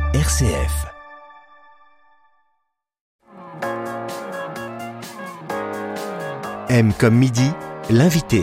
RCF. M comme midi, l'invité.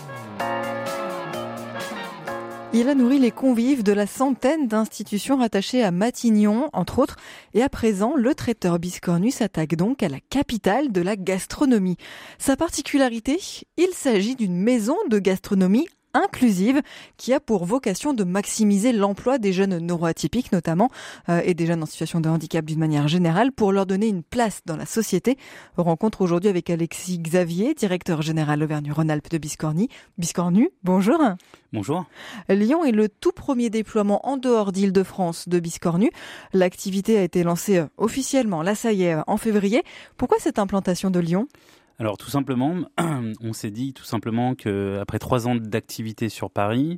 Il a nourri les convives de la centaine d'institutions rattachées à Matignon, entre autres. Et à présent, le traiteur Biscornu s'attaque donc à la capitale de la gastronomie. Sa particularité, il s'agit d'une maison de gastronomie inclusive qui a pour vocation de maximiser l'emploi des jeunes neuroatypiques notamment et des jeunes en situation de handicap d'une manière générale pour leur donner une place dans la société. Rencontre aujourd'hui avec Alexis Xavier, directeur général Auvergne-Rhône-Alpes de Biscornu. Bonjour. Bonjour. Lyon est le tout premier déploiement en dehors d'Île-de-France de Biscornu. L'activité a été lancée officiellement, là ça y est, en février. Pourquoi cette implantation de Lyon ? Alors tout simplement, on s'est dit tout simplement qu'après 3 ans d'activité sur Paris,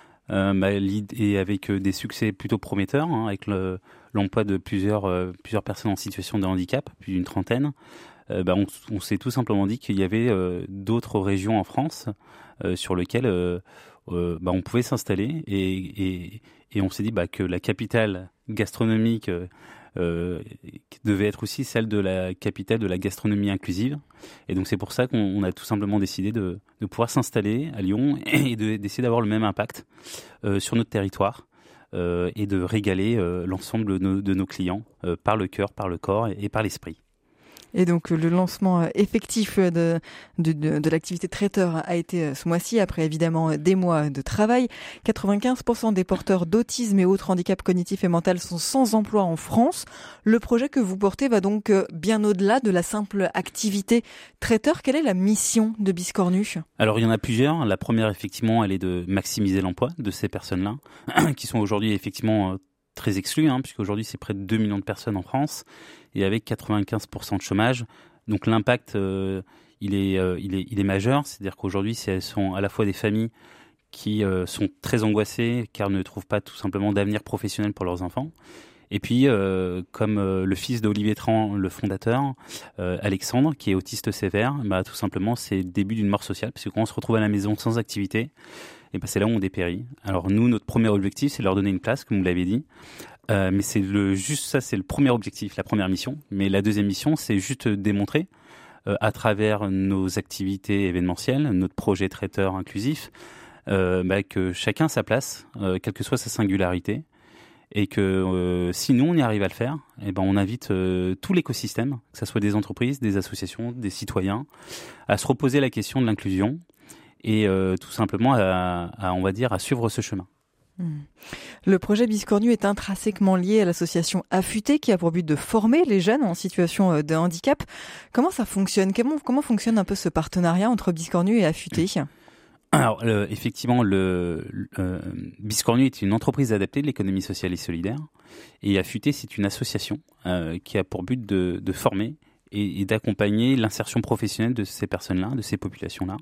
et avec des succès plutôt prometteurs, avec l'emploi de plusieurs personnes en situation de handicap, plus d'une trentaine, on s'est tout simplement dit qu'il y avait d'autres régions en France sur lesquelles on pouvait s'installer et on s'est dit que la capitale gastronomique devait être aussi celle de la capitale de la gastronomie inclusive. Et donc c'est pour ça qu'on a tout simplement décidé de pouvoir s'installer à Lyon et d'essayer d'avoir le même impact sur notre territoire et de régaler l'ensemble de nos clients par le cœur, par le corps et par l'esprit. Et donc le lancement effectif de l'activité traiteur a été ce mois-ci, après évidemment des mois de travail. 95% des porteurs d'autisme et autres handicaps cognitifs et mentaux sont sans emploi en France. Le projet que vous portez va donc bien au-delà de la simple activité traiteur. Quelle est la mission de Biscornu ? Alors il y en a plusieurs. La première, effectivement, elle est de maximiser l'emploi de ces personnes-là, qui sont aujourd'hui effectivement très exclus, puisqu'aujourd'hui c'est près de 2 millions de personnes en France et avec 95% de chômage. Donc l'impact il est majeur, c'est-à-dire qu'aujourd'hui elles sont à la fois des familles qui sont très angoissées car ne trouvent pas tout simplement d'avenir professionnel pour leurs enfants. Et puis, comme le fils d'Olivier Tran, le fondateur, Alexandre, qui est autiste sévère, tout simplement, c'est le début d'une mort sociale, parce que quand on se retrouve à la maison sans activité, et c'est là où on dépérit. Alors nous, notre premier objectif, c'est de leur donner une place, comme vous l'avez dit. Mais c'est c'est le premier objectif, la première mission. Mais la deuxième mission, c'est juste démontrer, à travers nos activités événementielles, notre projet traiteur inclusif, que chacun a sa place, quelle que soit sa singularité. Et que si nous on y arrive à le faire, on invite tout l'écosystème, que ce soit des entreprises, des associations, des citoyens, à se reposer la question de l'inclusion et tout simplement à suivre ce chemin. Le projet Biscornu est intrinsèquement lié à l'association Affûté qui a pour but de former les jeunes en situation de handicap. Comment ça fonctionne ? Comment fonctionne un peu ce partenariat entre Biscornu et Affûté ? Alors, effectivement, Biscornu est une entreprise adaptée de l'économie sociale et solidaire. Et Affûté, c'est une association qui a pour but de former et d'accompagner l'insertion professionnelle de ces personnes-là, de ces populations-là.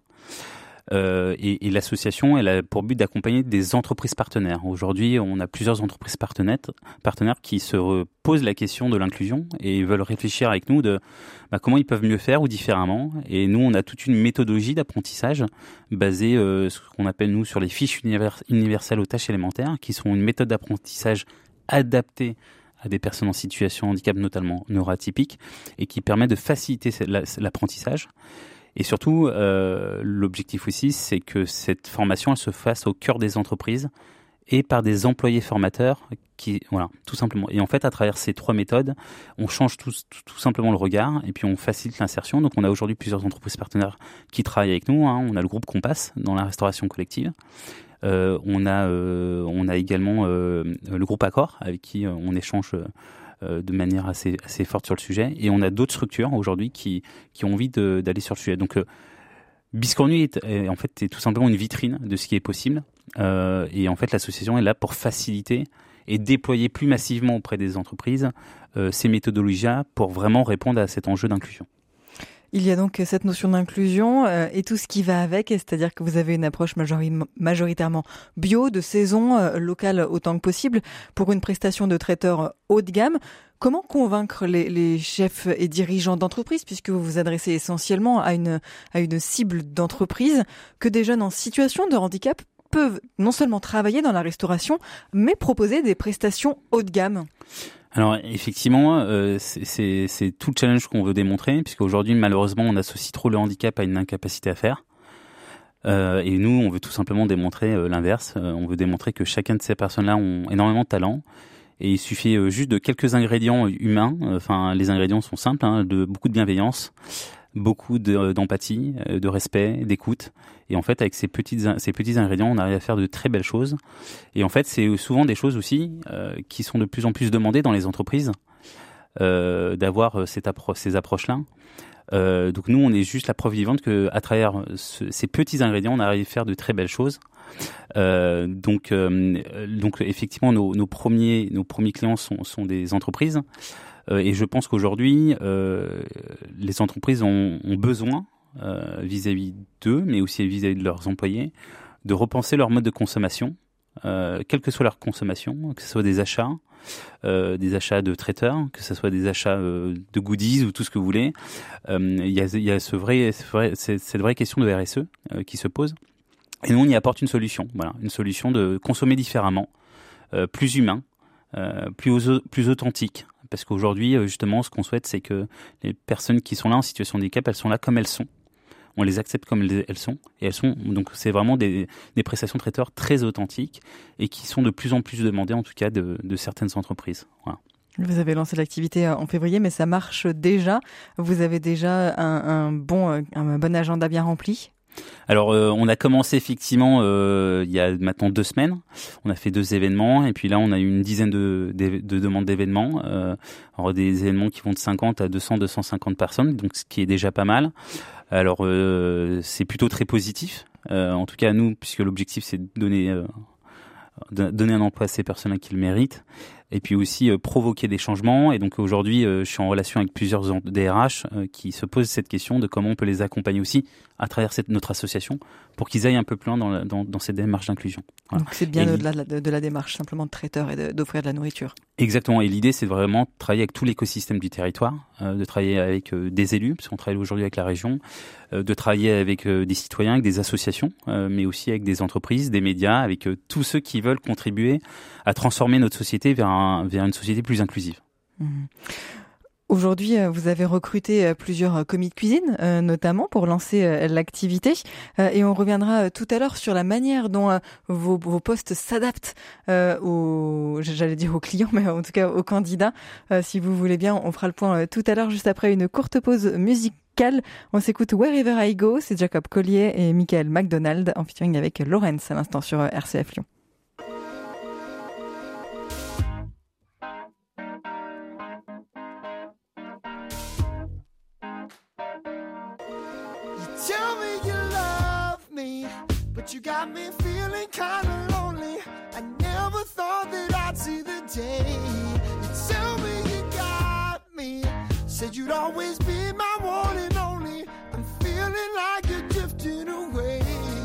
Et l'association, elle a pour but d'accompagner des entreprises partenaires. Aujourd'hui, on a plusieurs entreprises partenaires qui se posent la question de l'inclusion et veulent réfléchir avec nous de comment ils peuvent mieux faire ou différemment. Et nous, on a toute une méthodologie d'apprentissage basée, ce qu'on appelle nous sur les fiches universelles aux tâches élémentaires, qui sont une méthode d'apprentissage adaptée à des personnes en situation de handicap, notamment neuroatypiques, et qui permet de faciliter l'apprentissage. Et surtout, l'objectif aussi, c'est que cette formation elle se fasse au cœur des entreprises et par des employés formateurs tout simplement. Et en fait, à travers ces 3 méthodes, on change tout simplement le regard et puis on facilite l'insertion. Donc, on a aujourd'hui plusieurs entreprises partenaires qui travaillent avec nous. On a le groupe Compass dans la restauration collective. On a également le groupe Accor avec qui on échange de manière assez forte sur le sujet. Et on a d'autres structures aujourd'hui qui ont envie d'aller sur le sujet. Donc, Biscornu est tout simplement une vitrine de ce qui est possible. Et en fait, l'association est là pour faciliter et déployer plus massivement auprès des entreprises ces méthodologies-là pour vraiment répondre à cet enjeu d'inclusion. Il y a donc cette notion d'inclusion et tout ce qui va avec, c'est-à-dire que vous avez une approche majoritairement bio, de saison, locale autant que possible, pour une prestation de traiteur haut de gamme. Comment convaincre les chefs et dirigeants d'entreprise, puisque vous vous adressez essentiellement à une cible d'entreprise, que des jeunes en situation de handicap peuvent non seulement travailler dans la restauration, mais proposer des prestations haut de gamme. Alors effectivement, c'est tout le challenge qu'on veut démontrer, puisqu'aujourd'hui malheureusement on associe trop le handicap à une incapacité à faire. Et nous, on veut tout simplement démontrer l'inverse. On veut démontrer que chacun de ces personnes-là ont énormément de talent. Et il suffit juste de quelques ingrédients humains. Enfin, les ingrédients sont simples, de beaucoup de bienveillance, beaucoup d'empathie, de respect, d'écoute. Et en fait, avec ces petits ingrédients, on arrive à faire de très belles choses. Et en fait, c'est souvent des choses aussi qui sont de plus en plus demandées dans les entreprises, d'avoir ces approches-là. Donc nous, on est juste la preuve vivante que à travers ces petits ingrédients, on arrive à faire de très belles choses. Donc effectivement, nos premiers clients sont des entreprises. Et je pense qu'aujourd'hui, les entreprises ont besoin, vis-à-vis d'eux, mais aussi vis-à-vis de leurs employés, de repenser leur mode de consommation, quelle que soit leur consommation, que ce soit des achats de traiteurs, que ce soit des achats de goodies ou tout ce que vous voulez. Il y a cette vraie question de RSE qui se pose. Et nous, on y apporte une solution. Voilà, une solution de consommer différemment, plus humain, plus authentique. Parce qu'aujourd'hui, justement, ce qu'on souhaite, c'est que les personnes qui sont là en situation de handicap, elles sont là comme elles sont. On les accepte comme elles sont. Et elles sont, donc c'est vraiment des prestations de traiteurs très authentiques et qui sont de plus en plus demandées, en tout cas, de certaines entreprises. Voilà. Vous avez lancé l'activité en février, mais ça marche déjà. Vous avez déjà un bon agenda bien rempli? Alors, on a commencé effectivement il y a maintenant 2 semaines. On a fait 2 événements et puis là, on a eu une dizaine de demandes d'événements. Alors des événements qui vont de 50 à 200, 250 personnes, donc ce qui est déjà pas mal. Alors, c'est plutôt très positif. En tout cas, nous, puisque l'objectif, c'est de donner un emploi à ces personnes qui le méritent. Et puis aussi provoquer des changements. Et donc aujourd'hui, je suis en relation avec plusieurs DRH qui se posent cette question de comment on peut les accompagner aussi à travers notre association pour qu'ils aillent un peu plus loin dans cette démarche d'inclusion. Voilà. Donc c'est bien au-delà de la démarche simplement de traiteur et d'offrir de la nourriture. Exactement. Et l'idée, c'est vraiment de travailler avec tout l'écosystème du territoire, de travailler avec des élus, parce qu'on travaille aujourd'hui avec la région, de travailler avec des citoyens, avec des associations, mais aussi avec des entreprises, des médias, avec tous ceux qui veulent contribuer à transformer notre société vers une société plus inclusive. Mmh. Aujourd'hui, vous avez recruté plusieurs commis de cuisine, notamment pour lancer l'activité. Et on reviendra tout à l'heure sur la manière dont vos postes s'adaptent aux clients, mais en tout cas aux candidats. Si vous voulez bien, on fera le point tout à l'heure, juste après une courte pause musicale. On s'écoute Wherever I Go, c'est Jacob Collier et Michael McDonald en featuring avec Lawrence à l'instant sur RCF Lyon. Tell me you love me, but you got me feeling kinda lonely. I never thought that I'd see the day. You tell me you got me, said you'd always be my one and only. I'm feeling like you're drifting away.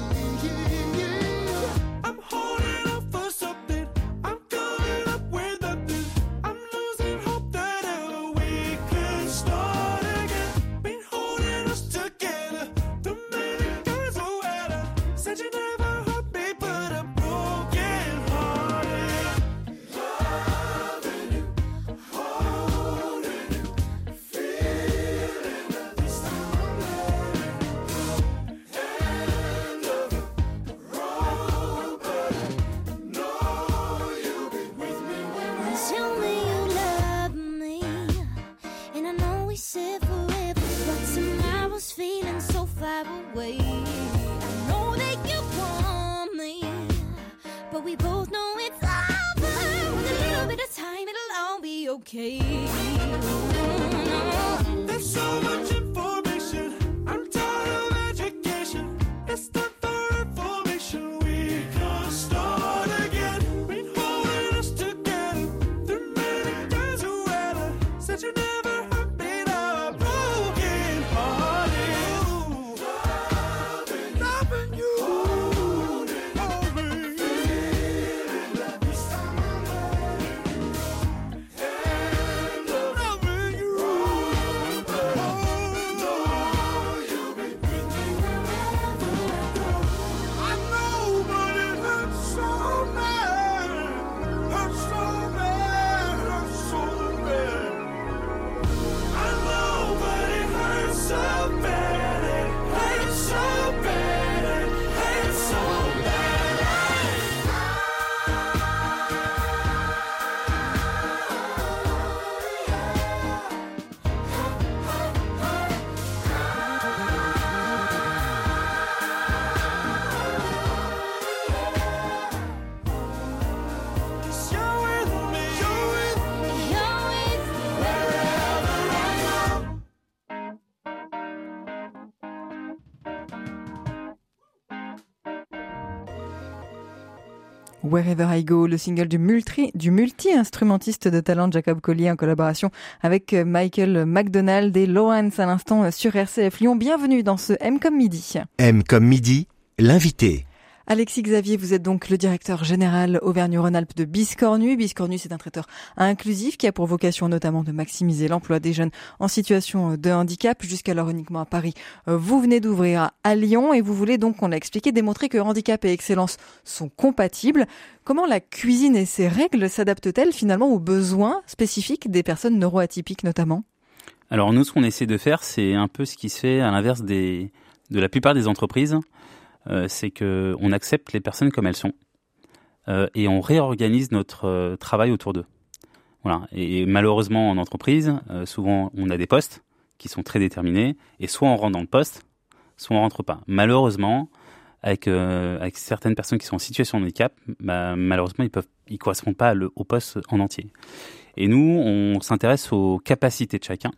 I'm holding up for something, I'm going up with nothing. I'm losing hope that ever we could start again. Been holding us together. Said you never hurt me, but I'm broken hearted. Loving you, holding you, feeling that this time I'm letting go. End of the road, but I know you'll be with me when you tell me you love me, and I know we said forever, but tomorrow's feeling so far away. But we both know it's over. With a little bit of time, it'll all be okay. There's so much information, I'm tired of education. It's time for information, we can start again. Been holding us together through many days of weather. Said you never hurt me, now I'm broken hearted. Loving you. Wherever I Go, le single du multi-instrumentiste de talent Jacob Collier en collaboration avec Michael McDonald et Lawrence à l'instant sur RCF Lyon. Bienvenue dans ce M comme midi. M comme midi, l'invité. Alexis Xavier, vous êtes donc le directeur général Auvergne-Rhône-Alpes de Biscornu. Biscornu, c'est un traiteur inclusif qui a pour vocation notamment de maximiser l'emploi des jeunes en situation de handicap. Jusqu'alors uniquement à Paris, vous venez d'ouvrir à Lyon et vous voulez donc, on l'a expliqué, démontrer que handicap et excellence sont compatibles. Comment la cuisine et ses règles s'adaptent-elles finalement aux besoins spécifiques des personnes neuroatypiques notamment ? Alors nous, ce qu'on essaie de faire, c'est un peu ce qui se fait à l'inverse de la plupart des entreprises. C'est que on accepte les personnes comme elles sont et on réorganise notre travail autour d'eux. Voilà. Et malheureusement en entreprise, souvent on a des postes qui sont très déterminés et soit on rentre dans le poste, soit on rentre pas. Malheureusement, avec certaines personnes qui sont en situation de handicap, malheureusement ils correspondent pas au poste en entier. Et nous, on s'intéresse aux capacités de chacun.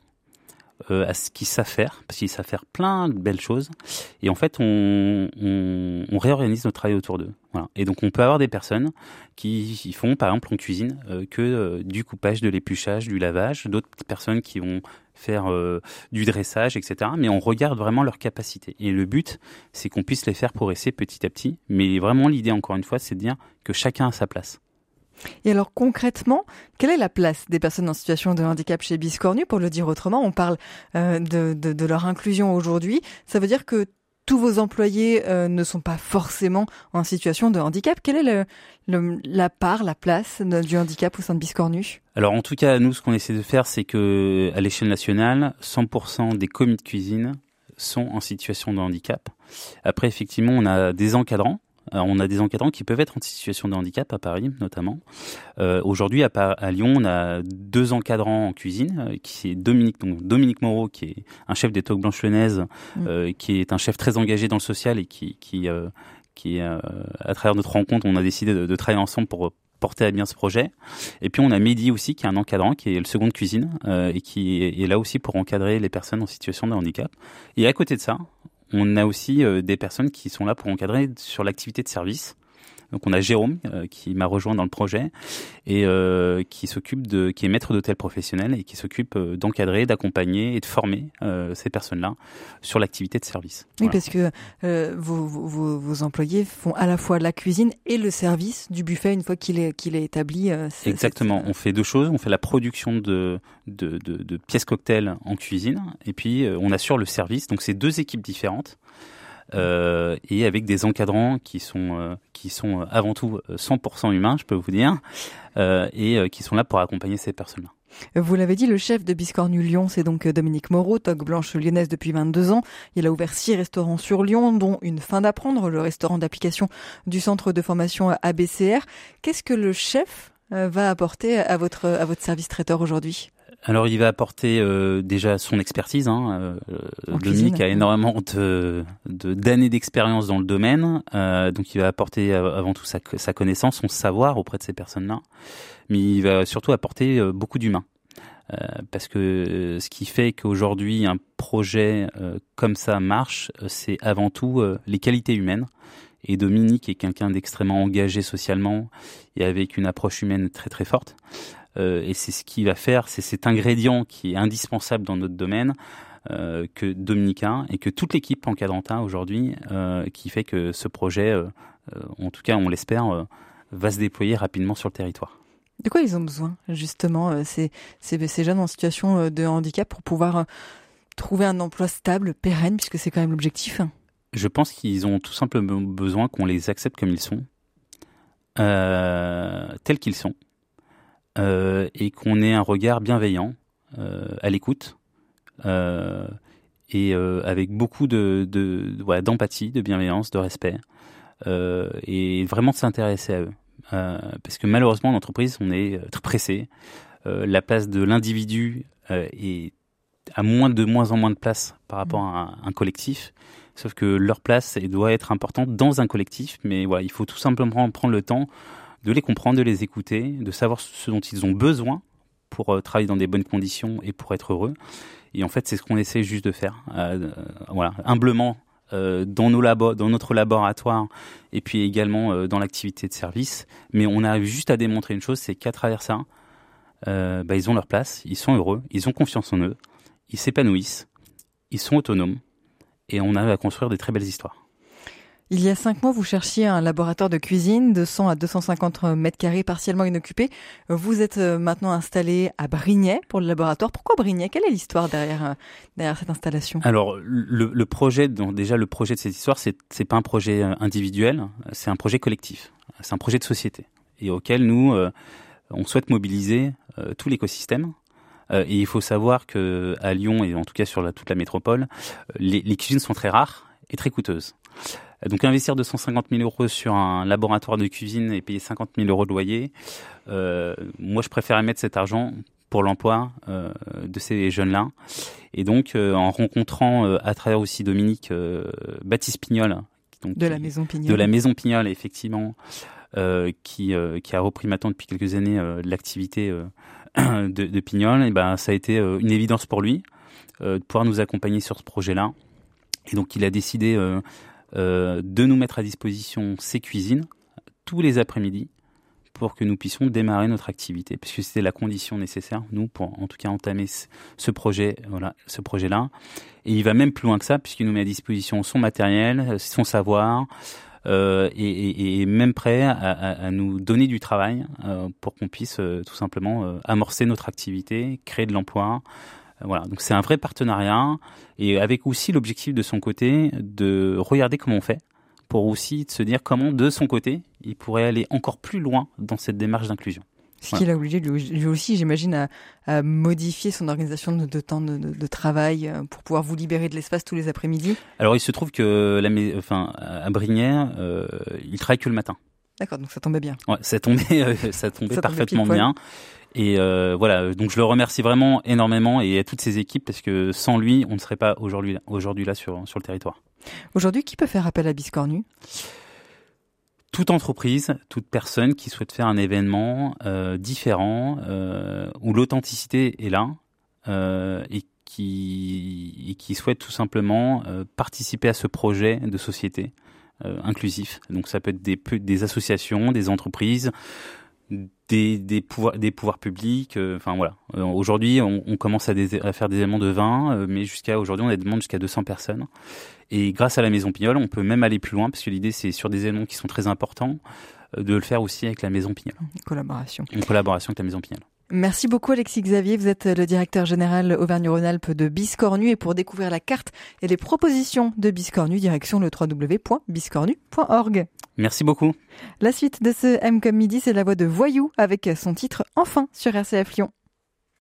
À ce qu'ils savent faire, parce qu'ils savent faire plein de belles choses, et en fait on réorganise notre travail autour d'eux. Voilà. Et donc on peut avoir des personnes qui font par exemple en cuisine du coupage, de l'épluchage, du lavage, d'autres personnes qui vont faire du dressage, etc. Mais on regarde vraiment leurs capacités. Et le but, c'est qu'on puisse les faire progresser petit à petit. Mais vraiment l'idée, encore une fois, c'est de dire que chacun a sa place. Et alors concrètement, quelle est la place des personnes en situation de handicap chez Biscornu ? Pour le dire autrement, on parle de leur inclusion aujourd'hui. Ça veut dire que tous vos employés ne sont pas forcément en situation de handicap. Quelle est la place du handicap au sein de Biscornu ? Alors en tout cas, nous, ce qu'on essaie de faire, c'est que à l'échelle nationale, 100% des commis de cuisine sont en situation de handicap. Après, effectivement, on a des encadrants. Alors, on a des encadrants qui peuvent être en situation de handicap, à Paris notamment. Aujourd'hui, à Lyon, on a 2 encadrants en cuisine, qui est Dominique Moreau, qui est un chef des Toques Blanches-Lyonnaises, qui est un chef très engagé dans le social et qui à travers notre rencontre, on a décidé de travailler ensemble pour porter à bien ce projet. Et puis on a Mehdi aussi, qui est un encadrant, qui est le second de cuisine, et qui est là aussi pour encadrer les personnes en situation de handicap. Et à côté de ça, on a aussi des personnes qui sont là pour encadrer sur l'activité de service. Donc on a Jérôme qui m'a rejoint dans le projet et qui est maître d'hôtel professionnel et qui s'occupe d'encadrer, d'accompagner et de former ces personnes-là sur l'activité de service. Oui, Voilà. parce que vos employés font à la fois la cuisine et le service du buffet une fois qu'il est établi. Exactement. On fait 2 choses. On fait la production de pièces cocktails en cuisine et puis on assure le service. Donc c'est 2 équipes différentes. Et avec des encadrants qui sont avant tout 100% humains, je peux vous dire, et qui sont là pour accompagner ces personnes-là. Vous l'avez dit, le chef de Biscornu Lyon, c'est donc Dominique Moreau, toque blanche lyonnaise depuis 22 ans. Il a ouvert 6 restaurants sur Lyon, dont une fin d'apprendre, le restaurant d'application du centre de formation ABCR. Qu'est-ce que le chef va apporter à votre service traiteur aujourd'hui ? Alors, il va apporter déjà son expertise. Dominique cuisine, a énormément d'années d'expérience dans le domaine, donc il va apporter avant tout sa connaissance, son savoir auprès de ces personnes-là. Mais il va surtout apporter beaucoup d'humain, parce que ce qui fait qu'aujourd'hui un projet comme ça marche, c'est avant tout les qualités humaines. Et Dominique est quelqu'un d'extrêmement engagé socialement et avec une approche humaine très très forte. Et c'est ce qu'il va faire, c'est cet ingrédient qui est indispensable dans notre domaine que Dominique a et que toute l'équipe encadrante a aujourd'hui, qui fait que ce projet, en tout cas on l'espère, va se déployer rapidement sur le territoire. De quoi ils ont besoin justement ces jeunes en situation de handicap pour pouvoir trouver un emploi stable, pérenne, puisque c'est quand même l'objectif ? Je pense qu'ils ont tout simplement besoin qu'on les accepte comme ils sont, tels qu'ils sont. Et qu'on ait un regard bienveillant, à l'écoute, et avec beaucoup d'empathie, de bienveillance, de respect, et vraiment de s'intéresser à eux. Parce que malheureusement, en entreprise, on est très pressé. La place de l'individu a de moins en moins de place par rapport à un collectif. Sauf que leur place doit être importante dans un collectif, mais voilà, il faut tout simplement prendre le temps de les comprendre, de les écouter, de savoir ce dont ils ont besoin pour travailler dans des bonnes conditions et pour être heureux. Et en fait, c'est ce qu'on essaie juste de faire. Humblement, dans notre laboratoire et puis également dans l'activité de service. Mais on a juste à démontrer une chose, c'est qu'à travers ça, ils ont leur place, ils sont heureux, ils ont confiance en eux, ils s'épanouissent, ils sont autonomes et on arrive à construire des très belles histoires. Il y a 5 mois, vous cherchiez un laboratoire de cuisine de 100 à 250 mètres carrés partiellement inoccupé. Vous êtes maintenant installé à Brignais pour le laboratoire. Pourquoi Brignais ? Quelle est l'histoire derrière cette installation ? Alors, le projet, donc déjà le projet de cette histoire, c'est pas un projet individuel, c'est un projet collectif, c'est un projet de société et auquel nous, on souhaite mobiliser tout l'écosystème. Et il faut savoir que à Lyon et en tout cas sur toute la métropole, les cuisines sont très rares et très coûteuses. Donc investir 250 000 euros sur un laboratoire de cuisine et payer 50 000 euros de loyer, moi je préférais mettre cet argent pour l'emploi de ces jeunes-là. Et donc en rencontrant à travers aussi Dominique Baptiste Pignol, donc, de la Maison Pignol. De la Maison Pignol, effectivement, qui a repris maintenant depuis quelques années l'activité de Pignol, et ça a été une évidence pour lui de pouvoir nous accompagner sur ce projet-là. Et donc il a décidé de nous mettre à disposition ces cuisines tous les après-midi pour que nous puissions démarrer notre activité, puisque c'était la condition nécessaire, nous, pour en tout cas entamer ce projet-là. Et il va même plus loin que ça, puisqu'il nous met à disposition son matériel, son savoir, et même prêt à nous donner du travail pour qu'on puisse tout simplement amorcer notre activité, créer de l'emploi. Voilà, donc c'est un vrai partenariat et avec aussi l'objectif de son côté de regarder comment on fait pour aussi se dire comment de son côté il pourrait aller encore plus loin dans cette démarche d'inclusion. Ce qui l'a obligé lui aussi, j'imagine, à modifier son organisation de temps de travail pour pouvoir vous libérer de l'espace tous les après-midi. Alors il se trouve que à Brignais, il travaille que le matin. D'accord, donc ça tombait bien. Ouais, ça tombait parfaitement bien. Et voilà, donc je le remercie vraiment énormément et à toutes ses équipes parce que sans lui, on ne serait pas aujourd'hui là sur le territoire. Aujourd'hui, qui peut faire appel à Biscornu ? Toute entreprise, toute personne qui souhaite faire un événement différent où l'authenticité est là et qui souhaite tout simplement participer à ce projet de société inclusif. Donc ça peut être des associations, des entreprises, des pouvoirs publics, voilà. Aujourd'hui, on commence à faire des événements de 20, mais jusqu'à aujourd'hui, on a des demandes jusqu'à 200 personnes. Et grâce à la Maison Pignol, on peut même aller plus loin, parce que l'idée, c'est sur des événements qui sont très importants, de le faire aussi avec la Maison Pignol. En collaboration avec la Maison Pignol. Merci beaucoup Alexis Xavier, vous êtes le directeur général Auvergne-Rhône-Alpes de Biscornu et pour découvrir la carte et les propositions de Biscornu, direction le www.biscornu.org. Merci beaucoup. La suite de ce M comme midi, c'est la voix de Voyou avec son titre Enfin sur RCF Lyon.